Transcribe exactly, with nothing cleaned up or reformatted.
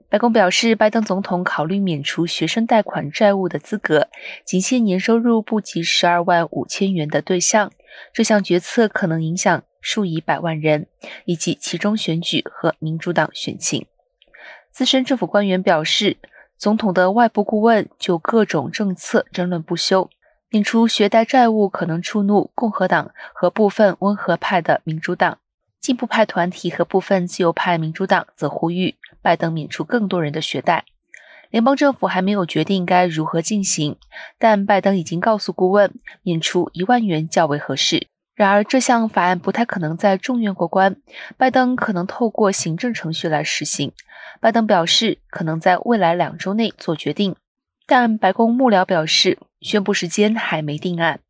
白宫表示，拜登总统考虑免除学生贷款债务的资格，仅限年收入不及十二万五千元的对象。这项决策可能影响数以百万人，以及其中选举和民主党选情。资深政府官员表示，总统的外部顾问就各种政策争论不休，免除学贷债务可能触怒共和党和部分温和派的民主党。进步派团体和部分自由派民主党则呼吁拜登免除更多人的学贷。联邦政府还没有决定该如何进行，但拜登已经告诉顾问，免除一万元较为合适。然而，这项法案不太可能在众院过关，拜登可能透过行政程序来实行。拜登表示，可能在未来两周内做决定，但白宫幕僚表示，宣布时间还没定案。